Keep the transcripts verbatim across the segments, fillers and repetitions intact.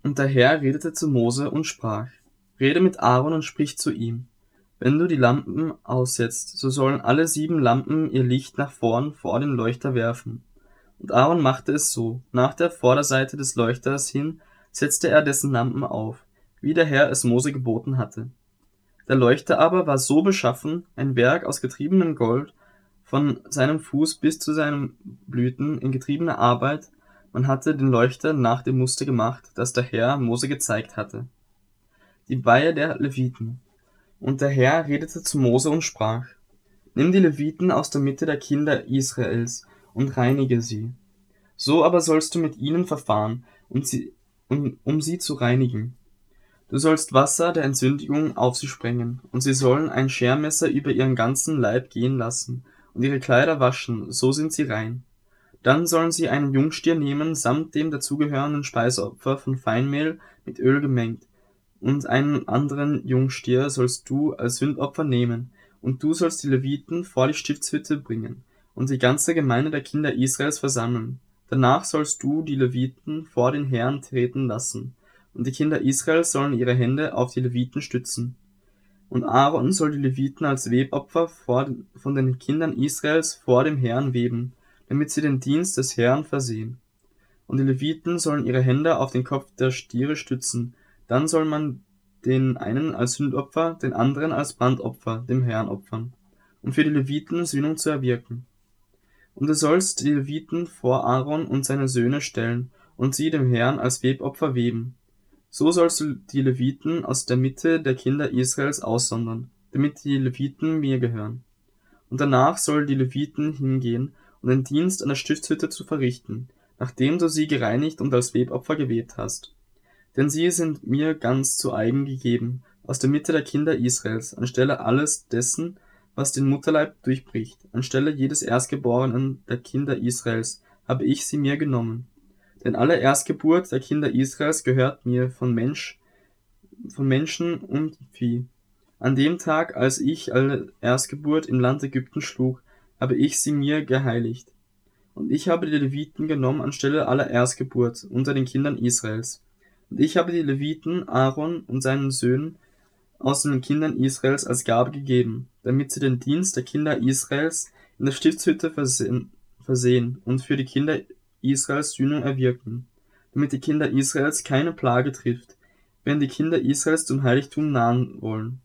Und der Herr redete zu Mose und sprach: Rede mit Aaron und sprich zu ihm: Wenn du die Lampen aussetzt, so sollen alle sieben Lampen ihr Licht nach vorn vor den Leuchter werfen. Und Aaron machte es so: Nach der Vorderseite des Leuchters hin setzte er dessen Lampen auf, wie der Herr es Mose geboten hatte. Der Leuchter aber war so beschaffen, ein Werk aus getriebenem Gold, von seinem Fuß bis zu seinen Blüten in getriebener Arbeit. Man hatte den Leuchter nach dem Muster gemacht, das der Herr Mose gezeigt hatte. Die Weihe der Leviten. Und der Herr redete zu Mose und sprach: Nimm die Leviten aus der Mitte der Kinder Israels und reinige sie. So aber sollst du mit ihnen verfahren, um sie, um, um sie zu reinigen. Du sollst Wasser der Entsündigung auf sie sprengen, und sie sollen ein Schermesser über ihren ganzen Leib gehen lassen und ihre Kleider waschen, so sind sie rein. Dann sollen sie einen Jungstier nehmen, samt dem dazugehörenden Speiseopfer von Feinmehl mit Öl gemengt, und einen anderen Jungstier sollst du als Sündopfer nehmen, und du sollst die Leviten vor die Stiftshütte bringen und die ganze Gemeinde der Kinder Israels versammeln. Danach sollst du die Leviten vor den Herrn treten lassen, und die Kinder Israels sollen ihre Hände auf die Leviten stützen. Und Aaron soll die Leviten als Webopfer vor, von den Kindern Israels vor dem Herrn weben, damit sie den Dienst des Herrn versehen. Und die Leviten sollen ihre Hände auf den Kopf der Stiere stützen. Dann soll man den einen als Sündopfer, den anderen als Brandopfer dem Herrn opfern, um für die Leviten Sühnung zu erwirken. Und du sollst die Leviten vor Aaron und seine Söhne stellen und sie dem Herrn als Webopfer weben. So sollst du die Leviten aus der Mitte der Kinder Israels aussondern, damit die Leviten mir gehören. Und danach sollen die Leviten hingehen, um den Dienst an der Stiftshütte zu verrichten, nachdem du sie gereinigt und als Webopfer gewebt hast. Denn sie sind mir ganz zu eigen gegeben, aus der Mitte der Kinder Israels, anstelle alles dessen, was den Mutterleib durchbricht, anstelle jedes Erstgeborenen der Kinder Israels, habe ich sie mir genommen. Denn alle Erstgeburt der Kinder Israels gehört mir von Mensch, von Menschen und Vieh. An dem Tag, als ich alle Erstgeburt im Land Ägypten schlug, habe ich sie mir geheiligt. Und ich habe die Leviten genommen anstelle aller Erstgeburt unter den Kindern Israels. Und ich habe die Leviten Aaron und seinen Söhnen aus den Kindern Israels als Gabe gegeben, damit sie den Dienst der Kinder Israels in der Stiftshütte versehen, versehen und für die Kinder Israels Sühnung erwirken, damit die Kinder Israels keine Plage trifft, wenn die Kinder Israels zum Heiligtum nahen wollen.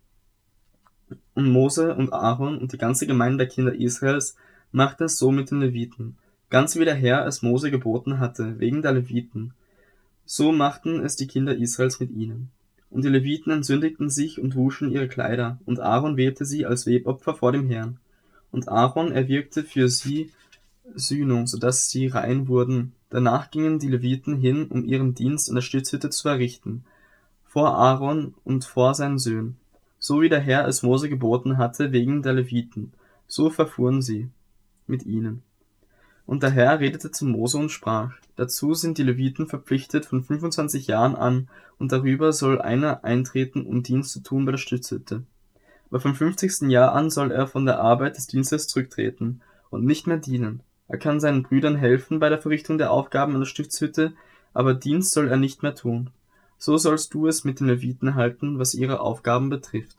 Und Mose und Aaron und die ganze Gemeinde der Kinder Israels machten es so mit den Leviten, ganz wie der Herr es Mose geboten hatte, wegen der Leviten. So machten es die Kinder Israels mit ihnen. Und die Leviten entsündigten sich und wuschen ihre Kleider, und Aaron webte sie als Webopfer vor dem Herrn. Und Aaron erwirkte für sie Sühnung, so dass sie rein wurden. Danach gingen die Leviten hin, um ihren Dienst an der Stiftshütte zu verrichten, vor Aaron und vor seinen Söhnen, so wie der Herr es Mose geboten hatte wegen der Leviten. So verfuhren sie mit ihnen. Und der Herr redete zu Mose und sprach: Dazu sind die Leviten verpflichtet von fünfundzwanzig Jahren an, und darüber soll einer eintreten, um Dienst zu tun bei der Stiftshütte. Aber vom fünfzigsten Jahr an soll er von der Arbeit des Dienstes zurücktreten und nicht mehr dienen. Er kann seinen Brüdern helfen bei der Verrichtung der Aufgaben an der Stiftshütte, aber Dienst soll er nicht mehr tun. So sollst du es mit den Leviten halten, was ihre Aufgaben betrifft.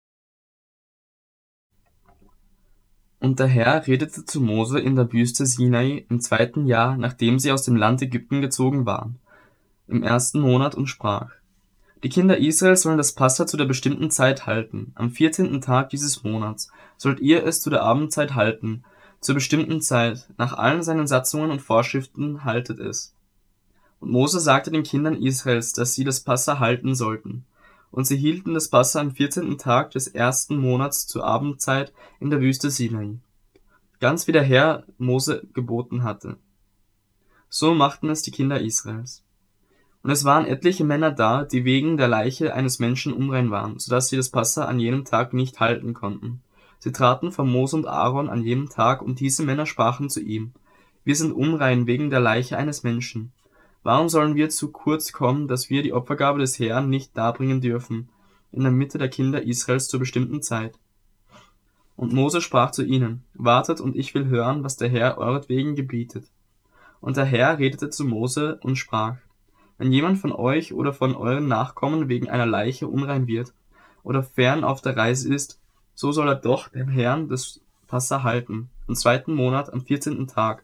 Und der Herr redete zu Mose in der Wüste Sinai im zweiten Jahr, nachdem sie aus dem Land Ägypten gezogen waren, im ersten Monat, und sprach: Die Kinder Israels sollen das Passa zu der bestimmten Zeit halten. Am vierzehnten Tag dieses Monats sollt ihr es zu der Abendzeit halten, zur bestimmten Zeit, nach allen seinen Satzungen und Vorschriften haltet es. Und Mose sagte den Kindern Israels, dass sie das Passa halten sollten. Und sie hielten das Passa am vierzehnten Tag des ersten Monats zur Abendzeit in der Wüste Sinai, ganz wie der Herr Mose geboten hatte. So machten es die Kinder Israels. Und es waren etliche Männer da, die wegen der Leiche eines Menschen unrein waren, so dass sie das Passa an jenem Tag nicht halten konnten. Sie traten vor Mose und Aaron an jenem Tag, und diese Männer sprachen zu ihm: Wir sind unrein wegen der Leiche eines Menschen. Warum sollen wir zu kurz kommen, dass wir die Opfergabe des Herrn nicht darbringen dürfen, in der Mitte der Kinder Israels zur bestimmten Zeit? Und Mose sprach zu ihnen: Wartet, und ich will hören, was der Herr euretwegen gebietet. Und der Herr redete zu Mose und sprach: Wenn jemand von euch oder von euren Nachkommen wegen einer Leiche unrein wird oder fern auf der Reise ist, so soll er doch dem Herrn das Passa halten, im zweiten Monat am vierzehnten Tag.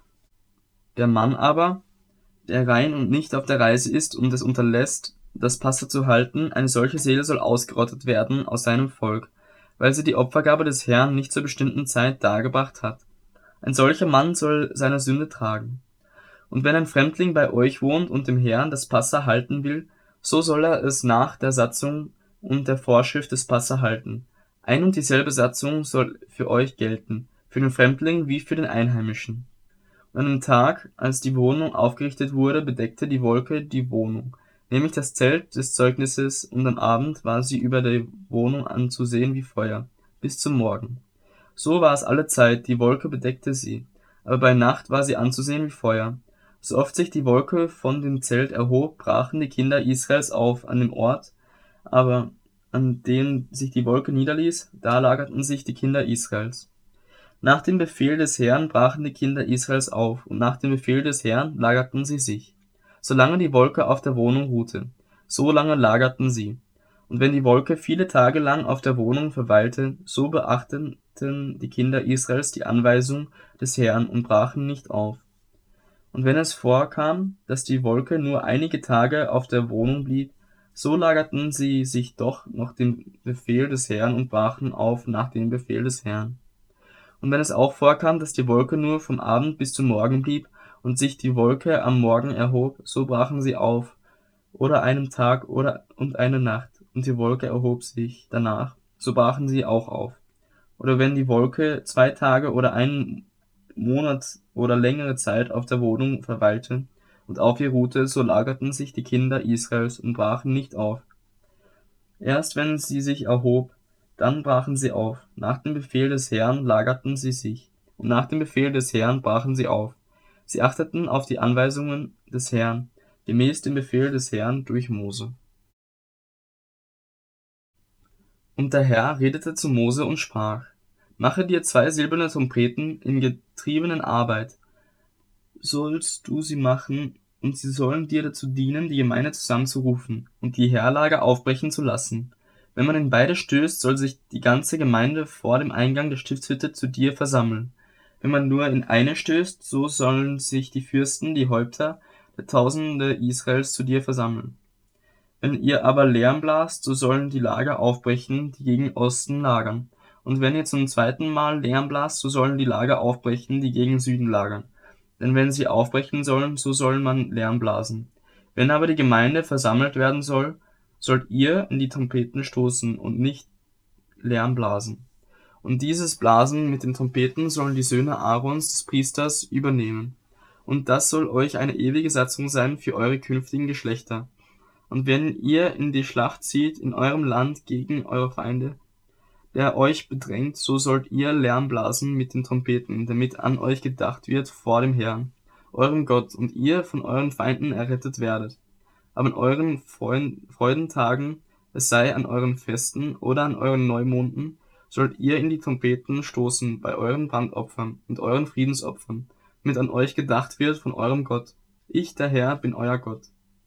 Der Mann aber, der rein und nicht auf der Reise ist und es unterlässt, das Passa zu halten, eine solche Seele soll ausgerottet werden aus seinem Volk, weil sie die Opfergabe des Herrn nicht zur bestimmten Zeit dargebracht hat. Ein solcher Mann soll seine Sünde tragen. Und wenn ein Fremdling bei euch wohnt und dem Herrn das Passa halten will, so soll er es nach der Satzung und der Vorschrift des Passa halten. Ein und dieselbe Satzung soll für euch gelten, für den Fremdling wie für den Einheimischen. Und an dem Tag, als die Wohnung aufgerichtet wurde, bedeckte die Wolke die Wohnung, nämlich das Zelt des Zeugnisses, und am Abend war sie über der Wohnung anzusehen wie Feuer, bis zum Morgen. So war es alle Zeit, die Wolke bedeckte sie, aber bei Nacht war sie anzusehen wie Feuer. So oft sich die Wolke von dem Zelt erhob, brachen die Kinder Israels auf an dem Ort, aber an dem sich die Wolke niederließ, da lagerten sich die Kinder Israels. Nach dem Befehl des Herrn brachen die Kinder Israels auf, und nach dem Befehl des Herrn lagerten sie sich. Solange die Wolke auf der Wohnung ruhte, so lange lagerten sie. Und wenn die Wolke viele Tage lang auf der Wohnung verweilte, so beachteten die Kinder Israels die Anweisung des Herrn und brachen nicht auf. Und wenn es vorkam, dass die Wolke nur einige Tage auf der Wohnung blieb, so lagerten sie sich doch noch dem Befehl des Herrn und brachen auf nach dem Befehl des Herrn. Und wenn es auch vorkam, dass die Wolke nur vom Abend bis zum Morgen blieb und sich die Wolke am Morgen erhob, so brachen sie auf, oder einen Tag oder und eine Nacht, und die Wolke erhob sich danach, so brachen sie auch auf. Oder wenn die Wolke zwei Tage oder einen Monat oder längere Zeit auf der Wohnung verweilte und auf ihr ruhte, so lagerten sich die Kinder Israels und brachen nicht auf. Erst wenn sie sich erhob, dann brachen sie auf. Nach dem Befehl des Herrn lagerten sie sich, und nach dem Befehl des Herrn brachen sie auf. Sie achteten auf die Anweisungen des Herrn, gemäß dem Befehl des Herrn durch Mose. Und der Herr redete zu Mose und sprach: Mache dir zwei silberne Trompeten in getriebenen Arbeit, sollst du sie machen, und sie sollen dir dazu dienen, die Gemeinde zusammenzurufen und die Heerlager aufbrechen zu lassen. Wenn man in beide stößt, soll sich die ganze Gemeinde vor dem Eingang der Stiftshütte zu dir versammeln. Wenn man nur in eine stößt, so sollen sich die Fürsten, die Häupter der Tausende Israels zu dir versammeln. Wenn ihr aber Lärm blast, so sollen die Lager aufbrechen, die gegen Osten lagern. Und wenn ihr zum zweiten Mal Lärm blast, so sollen die Lager aufbrechen, die gegen Süden lagern. Denn wenn sie aufbrechen sollen, so soll man Lärm blasen. Wenn aber die Gemeinde versammelt werden soll, sollt ihr in die Trompeten stoßen und nicht Lärm blasen. Und dieses Blasen mit den Trompeten sollen die Söhne Aarons, des Priesters, übernehmen. Und das soll euch eine ewige Satzung sein für eure künftigen Geschlechter. Und wenn ihr in die Schlacht zieht in eurem Land gegen eure Feinde, der euch bedrängt, so sollt ihr Lärm blasen mit den Trompeten, damit an euch gedacht wird vor dem Herrn, eurem Gott, und ihr von euren Feinden errettet werdet. Aber an euren Freudentagen, es sei an euren Festen oder an euren Neumonden, sollt ihr in die Trompeten stoßen bei euren Brandopfern und euren Friedensopfern, damit an euch gedacht wird von eurem Gott. Ich, der Herr, bin euer Gott.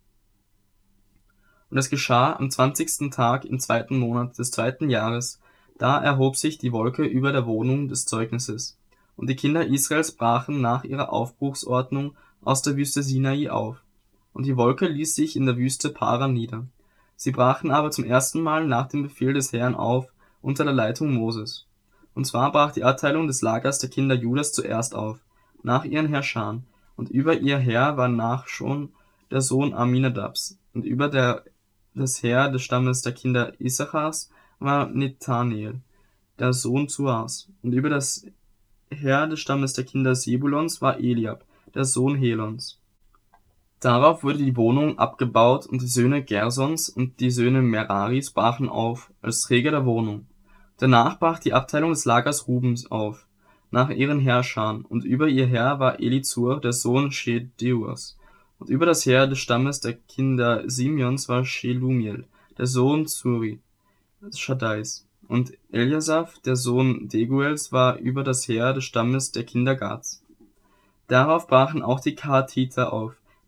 Und es geschah am zwanzigsten Tag im zweiten Monat des zweiten Jahres, da erhob sich die Wolke über der Wohnung des Zeugnisses. Und die Kinder Israels brachen nach ihrer Aufbruchsordnung aus der Wüste Sinai auf. Und die Wolke ließ sich in der Wüste Paran nieder. Sie brachen aber zum ersten Mal nach dem Befehl des Herrn auf, unter der Leitung Moses. Und zwar brach die Abteilung des Lagers der Kinder Judas zuerst auf, nach ihren Herrschern, und über ihr Herr war Nachschon, der Sohn Aminadabs, und über der, das Heer des Stammes der Kinder Issachars war Nethanel, der Sohn Zuas, und über das Heer des Stammes der Kinder Sebulons war Eliab, der Sohn Helons. Darauf wurde die Wohnung abgebaut, und die Söhne Gersons und die Söhne Meraris brachen auf, als Träger der Wohnung. Danach brach die Abteilung des Lagers Rubens auf, nach ihren Herrschern, und über ihr Herr war Elizur, der Sohn Schedeurs, und über das Heer des Stammes der Kinder Simeons war Shelumiel, der Sohn Zuri, Shaddais, und Eliasaph, der Sohn Deguels, war über das Heer des Stammes der Kinder Gads. Darauf brachen auch die Kahatiter auf,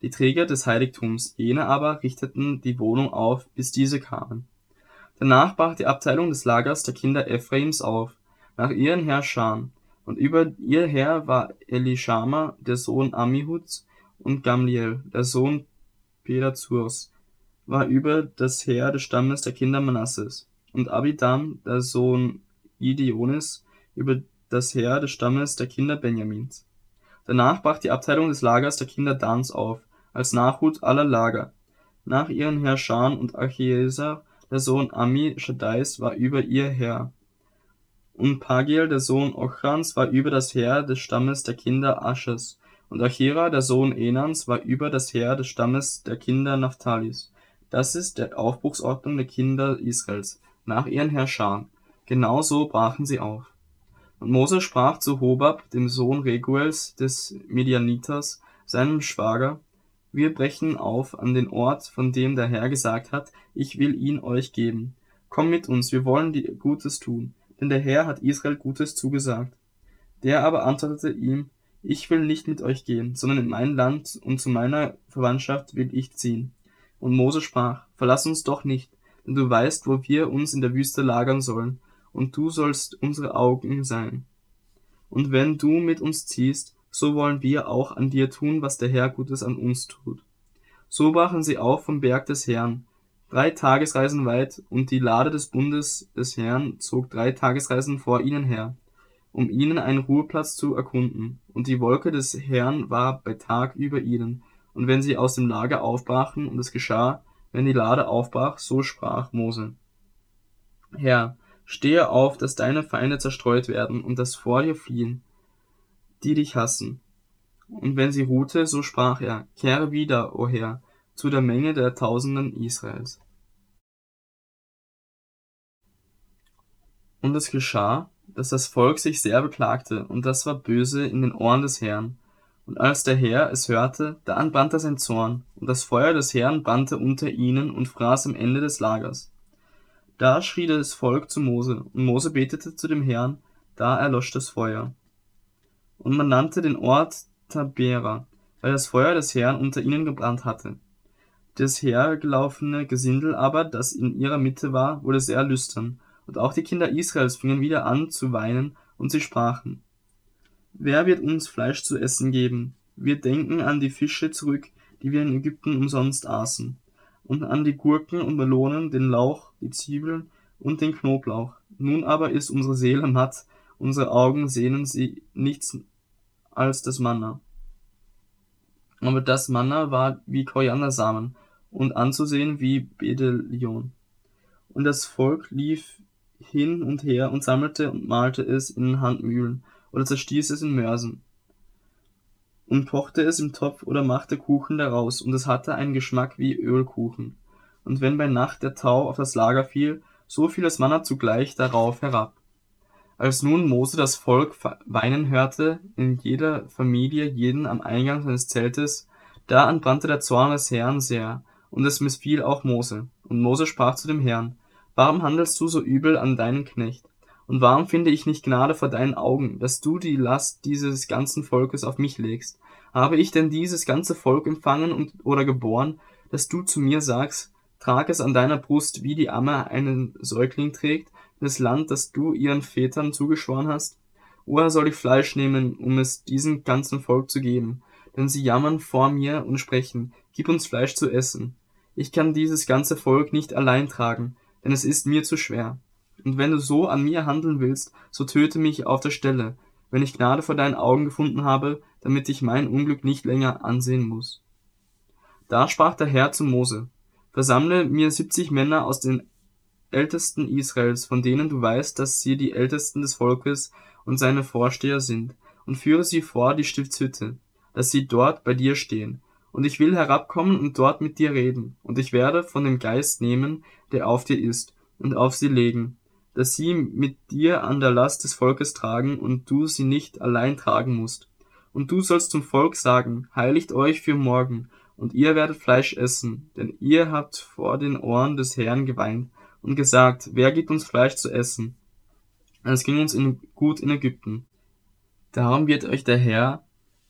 die Träger des Heiligtums, jene aber richteten die Wohnung auf, bis diese kamen. Danach brach die Abteilung des Lagers der Kinder Ephraims auf, nach ihren Herrschern, und über ihr Herr war Elishama, der Sohn Ammihuds, und Gamliel, der Sohn Pedazurs, war über das Heer des Stammes der Kinder Manasses, und Abidam, der Sohn Gideonis, über das Heer des Stammes der Kinder Benjamins. Danach brach die Abteilung des Lagers der Kinder Dans auf, als Nachhut aller Lager, nach ihren Herrschern, und Achieser, der Sohn Ammi Shaddais, war über ihr Heer. Und Pagiel, der Sohn Ochrans, war über das Heer des Stammes der Kinder Aschers, und Achira, der Sohn Enans, war über das Heer des Stammes der Kinder Naphtalis. Das ist der Aufbruchsordnung der Kinder Israels, nach ihren Herrschern. Genau so brachen sie auf. Und Mose sprach zu Hobab, dem Sohn Reguels des Midianiters, seinem Schwager: Wir brechen auf an den Ort, von dem der Herr gesagt hat, ich will ihn euch geben. Komm mit uns, wir wollen dir Gutes tun, denn der Herr hat Israel Gutes zugesagt. Der aber antwortete ihm: Ich will nicht mit euch gehen, sondern in mein Land und zu meiner Verwandtschaft will ich ziehen. Und Mose sprach: Verlass uns doch nicht, denn du weißt, wo wir uns in der Wüste lagern sollen, und du sollst unsere Augen sein. Und wenn du mit uns ziehst, so wollen wir auch an dir tun, was der Herr Gutes an uns tut. So brachen sie auf vom Berg des Herrn, drei Tagesreisen weit, und die Lade des Bundes des Herrn zog drei Tagesreisen vor ihnen her, um ihnen einen Ruheplatz zu erkunden. Und die Wolke des Herrn war bei Tag über ihnen. Und wenn sie aus dem Lager aufbrachen, und es geschah, wenn die Lade aufbrach, so sprach Mose: Herr, stehe auf, dass deine Feinde zerstreut werden und dass vor dir fliehen, die dich hassen. Und wenn sie ruhte, so sprach er: Kehre wieder, o Herr, zu der Menge der Tausenden Israels. Und es geschah, dass das Volk sich sehr beklagte, und das war böse in den Ohren des Herrn. Und als der Herr es hörte, da entbrannte sein Zorn, und das Feuer des Herrn brannte unter ihnen und fraß am Ende des Lagers. Da schrie das Volk zu Mose, und Mose betete zu dem Herrn, da erlosch das Feuer. Und man nannte den Ort Tabera, weil das Feuer des Herrn unter ihnen gebrannt hatte. Das hergelaufene Gesindel aber, das in ihrer Mitte war, wurde sehr lüstern, und auch die Kinder Israels fingen wieder an zu weinen, und sie sprachen: Wer wird uns Fleisch zu essen geben? Wir denken an die Fische zurück, die wir in Ägypten umsonst aßen, und an die Gurken und Melonen, den Lauch, die Zwiebeln und den Knoblauch. Nun aber ist unsere Seele matt, unsere Augen sehnen sie nichts als das Manna. Aber das Manna war wie Koriandersamen und anzusehen wie Bedelion. Und das Volk lief hin und her und sammelte und malte es in Handmühlen oder zerstieß es in Mörsen und kochte es im Topf oder machte Kuchen daraus, und es hatte einen Geschmack wie Ölkuchen. Und wenn bei Nacht der Tau auf das Lager fiel, so fiel das Manna zugleich darauf herab. Als nun Mose das Volk weinen hörte, in jeder Familie jeden am Eingang seines Zeltes, da entbrannte der Zorn des Herrn sehr, und es missfiel auch Mose. Und Mose sprach zu dem Herrn: Warum handelst du so übel an deinen Knecht? Und warum finde ich nicht Gnade vor deinen Augen, dass du die Last dieses ganzen Volkes auf mich legst? Habe ich denn dieses ganze Volk empfangen und oder geboren, dass du zu mir sagst: Trag es an deiner Brust, wie die Amme einen Säugling trägt, das Land, das du ihren Vätern zugeschworen hast? Woher soll ich Fleisch nehmen, um es diesem ganzen Volk zu geben? Denn sie jammern vor mir und sprechen: Gib uns Fleisch zu essen. Ich kann dieses ganze Volk nicht allein tragen, denn es ist mir zu schwer. Und wenn du so an mir handeln willst, so töte mich auf der Stelle, wenn ich Gnade vor deinen Augen gefunden habe, damit ich mein Unglück nicht länger ansehen muss. Da sprach der Herr zu Mose: Versammle mir siebzig Männer aus den Ältesten Israels, von denen du weißt, dass sie die Ältesten des Volkes und seine Vorsteher sind, und führe sie vor die Stiftshütte, dass sie dort bei dir stehen. Und ich will herabkommen und dort mit dir reden, und ich werde von dem Geist nehmen, der auf dir ist, und auf sie legen, dass sie mit dir an der Last des Volkes tragen und du sie nicht allein tragen musst. Und du sollst zum Volk sagen: Heiligt euch für morgen, und ihr werdet Fleisch essen, denn ihr habt vor den Ohren des Herrn geweint und gesagt: Wer gibt uns Fleisch zu essen? Es ging uns in, gut in Ägypten. Darum wird euch der Herr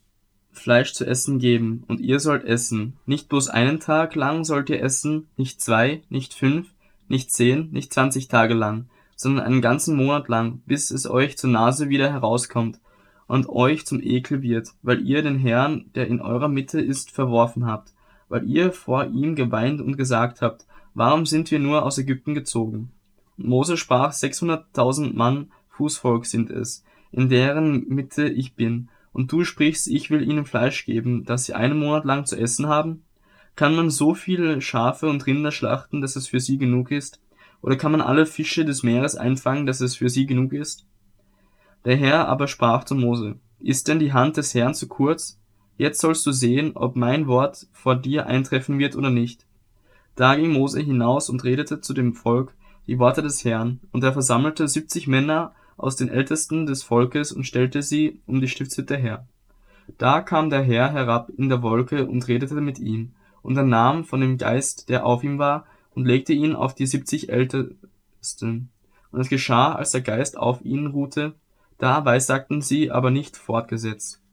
Fleisch zu essen geben, und ihr sollt essen. Nicht bloß einen Tag lang sollt ihr essen, nicht zwei, nicht fünf, nicht zehn, nicht zwanzig Tage lang, sondern einen ganzen Monat lang, bis es euch zur Nase wieder herauskommt und euch zum Ekel wird, weil ihr den Herrn, der in eurer Mitte ist, verworfen habt, weil ihr vor ihm geweint und gesagt habt, warum sind wir nur aus Ägypten gezogen? Und Mose sprach, sechshunderttausend Mann Fußvolk sind es, in deren Mitte ich bin, und du sprichst, ich will ihnen Fleisch geben, das sie einen Monat lang zu essen haben? Kann man so viele Schafe und Rinder schlachten, dass es für sie genug ist? Oder kann man alle Fische des Meeres einfangen, dass es für sie genug ist? Der Herr aber sprach zu Mose, ist denn die Hand des Herrn zu kurz? Jetzt sollst du sehen, ob mein Wort vor dir eintreffen wird oder nicht. Da ging Mose hinaus und redete zu dem Volk die Worte des Herrn, und er versammelte siebzig Männer aus den Ältesten des Volkes und stellte sie um die Stiftshütte her. Da kam der Herr herab in der Wolke und redete mit ihm, und er nahm von dem Geist, der auf ihm war, und legte ihn auf die siebzig Ältesten. Und es geschah, als der Geist auf ihnen ruhte, da weissagten sie, aber nicht fortgesetzt.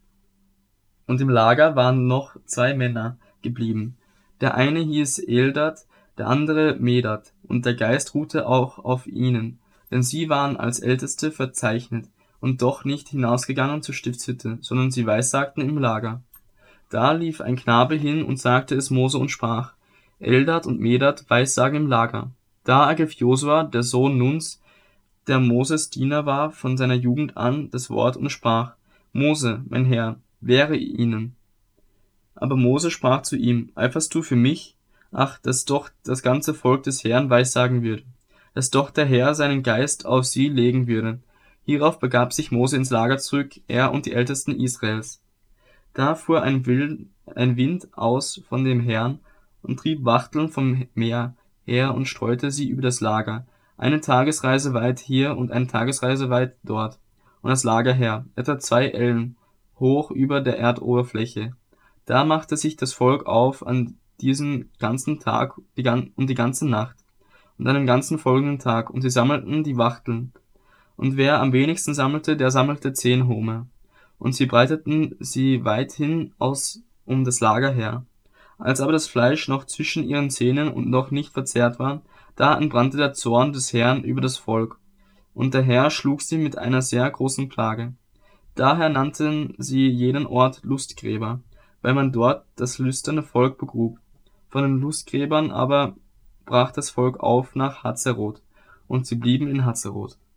Und im Lager waren noch zwei Männer geblieben. Der eine hieß Eldad, der andere Medad, und der Geist ruhte auch auf ihnen, denn sie waren als Älteste verzeichnet und doch nicht hinausgegangen zur Stiftshütte, sondern sie weissagten im Lager. Da lief ein Knabe hin und sagte es Mose und sprach, Eldad und Medad weissagen im Lager. Da ergriff Josua, der Sohn Nuns, der Moses Diener war von seiner Jugend an, das Wort und sprach, Mose, mein Herr, wehre ihnen. Aber Mose sprach zu ihm, eiferst du für mich? Ach, dass doch das ganze Volk des Herrn weissagen würde, dass doch der Herr seinen Geist auf sie legen würde. Hierauf begab sich Mose ins Lager zurück, er und die Ältesten Israels. Da fuhr ein Wind, ein Wind aus von dem Herrn und trieb Wachteln vom Meer her und streute sie über das Lager, eine Tagesreise weit hier und eine Tagesreise weit dort, und das Lager her, etwa zwei Ellen, hoch über der Erdoberfläche. Da machte sich das Volk auf an diesem ganzen Tag die, und die ganze Nacht und an dem ganzen folgenden Tag, und sie sammelten die Wachteln. Und wer am wenigsten sammelte, der sammelte zehn Homer. Und sie breiteten sie weithin aus um das Lager her. Als aber das Fleisch noch zwischen ihren Zähnen und noch nicht verzehrt war, da entbrannte der Zorn des Herrn über das Volk, und der Herr schlug sie mit einer sehr großen Plage. Daher nannten sie jeden Ort Lustgräber, weil man dort das lüsterne Volk begrub. Von den Lustgräbern aber brach das Volk auf nach Hazeroth, und sie blieben in Hazeroth.